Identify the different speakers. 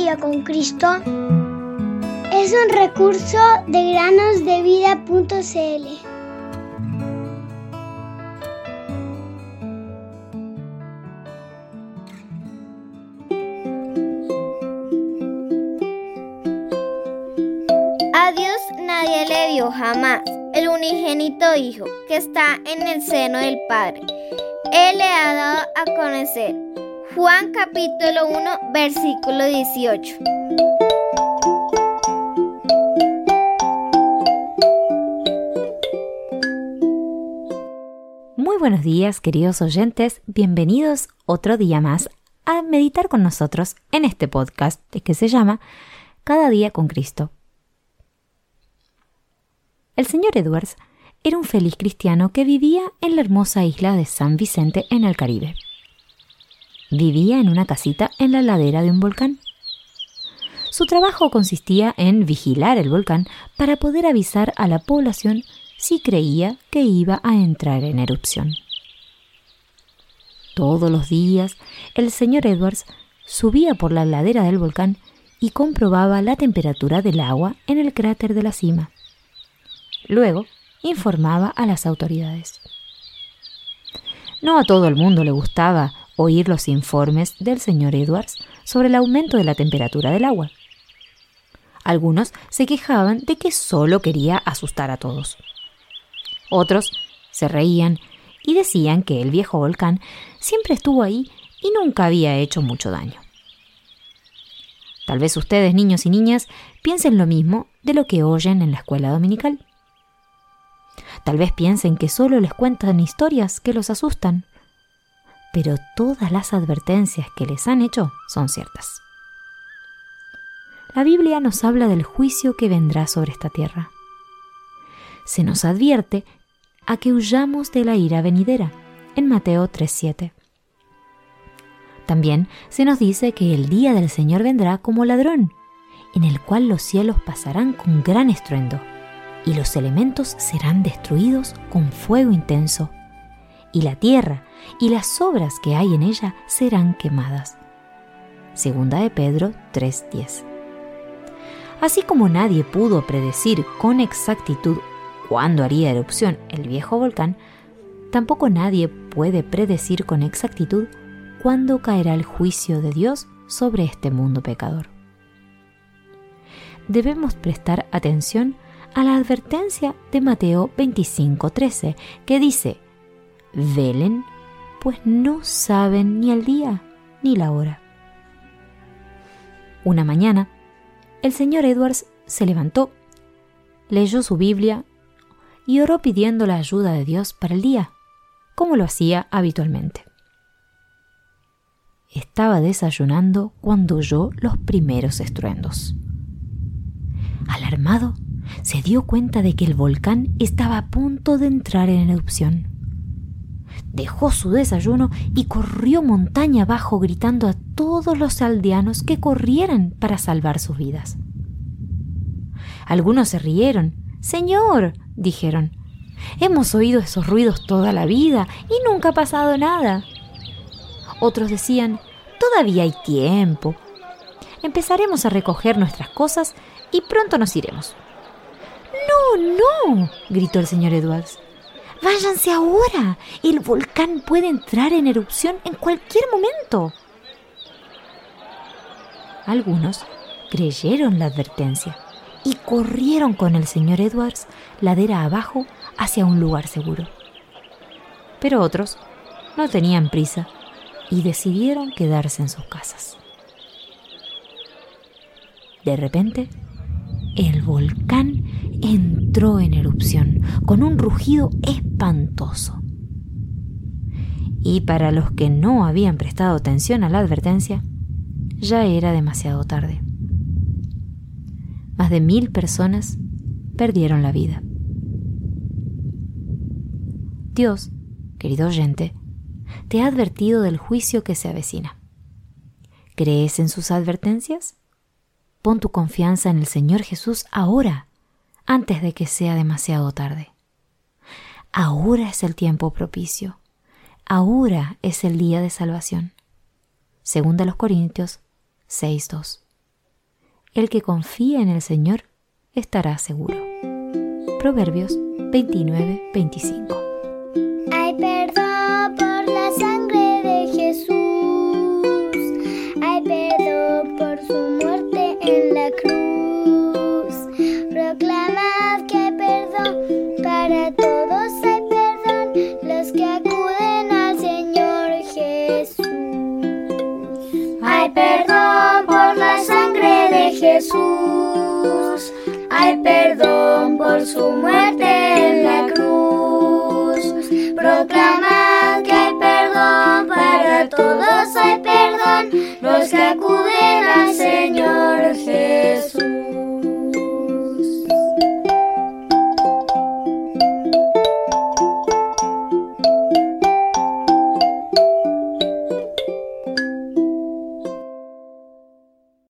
Speaker 1: Día con Cristo es un recurso de granosdevida.cl.
Speaker 2: A Dios nadie le vio jamás, el unigénito Hijo que está en el seno del Padre. Él le ha dado a conocer. Juan capítulo 1, versículo 18.
Speaker 3: Muy buenos días, queridos oyentes. Bienvenidos otro día más a meditar con nosotros en este podcast que se llama Cada día con Cristo. El señor Edwards era un feliz cristiano que vivía en la hermosa isla de San Vicente en el Caribe. Vivía en una casita en la ladera de un volcán. Su trabajo consistía en vigilar el volcán para poder avisar a la población si creía que iba a entrar en erupción. Todos los días, el señor Edwards subía por la ladera del volcán y comprobaba la temperatura del agua en el cráter de la cima. Luego, informaba a las autoridades. No a todo el mundo le gustaba oír los informes del señor Edwards sobre el aumento de la temperatura del agua. Algunos se quejaban de que solo quería asustar a todos. Otros se reían y decían que el viejo volcán siempre estuvo ahí y nunca había hecho mucho daño. Tal vez ustedes, niños y niñas, piensen lo mismo de lo que oyen en la escuela dominical. Tal vez piensen que solo les cuentan historias que los asustan, pero todas las advertencias que les han hecho son ciertas. La Biblia nos habla del juicio que vendrá sobre esta tierra. Se nos advierte a que huyamos de la ira venidera, en Mateo 3:7. También se nos dice que el día del Señor vendrá como ladrón, en el cual los cielos pasarán con gran estruendo, y los elementos serán destruidos con fuego intenso, y la tierra y las obras que hay en ella serán quemadas. Segunda de Pedro 3:10. Así como nadie pudo predecir con exactitud cuándo haría erupción el viejo volcán, tampoco nadie puede predecir con exactitud cuándo caerá el juicio de Dios sobre este mundo pecador. Debemos prestar atención a la advertencia de Mateo 25:13, que dice: «Velen, pues no saben ni el día ni la hora». Una mañana, el señor Edwards se levantó, leyó su Biblia y oró pidiendo la ayuda de Dios para el día, como lo hacía habitualmente. Estaba desayunando cuando oyó los primeros estruendos. Alarmado, se dio cuenta de que el volcán estaba a punto de entrar en erupción. Dejó su desayuno y corrió montaña abajo gritando a todos los aldeanos que corrieran para salvar sus vidas. Algunos se rieron. «Señor», dijeron, «hemos oído esos ruidos toda la vida y nunca ha pasado nada». Otros decían: «Todavía hay tiempo. Empezaremos a recoger nuestras cosas y pronto nos iremos». «No», gritó el señor Edwards. «Váyanse ahora. El volcán puede entrar en erupción en cualquier momento». Algunos creyeron la advertencia y corrieron con el señor Edwards ladera abajo hacia un lugar seguro. Pero otros no tenían prisa y decidieron quedarse en sus casas. De repente, el volcán entró en erupción con un rugido espantoso. Y para los que no habían prestado atención a la advertencia, ya era demasiado tarde. Más de 1,000 personas perdieron la vida. Dios, querido oyente, te ha advertido del juicio que se avecina. ¿Crees en sus advertencias? Pon tu confianza en el Señor Jesús ahora, antes de que sea demasiado tarde. Ahora es el tiempo propicio. Ahora es el día de salvación. Segunda a los Corintios 6:2. El que confía en el Señor estará seguro. Proverbios 29-25.
Speaker 1: Hay perdón por la sangre de Jesús. Hay perdón por su muerte en la cruz. Proclamad que hay perdón para todos. Hay perdón los que acuden al Señor Jesús. Hay perdón por la sangre de Jesús. Hay perdón por su muerte en la cruz. Proclamad que hay perdón para todos. Hay perdón los que acuden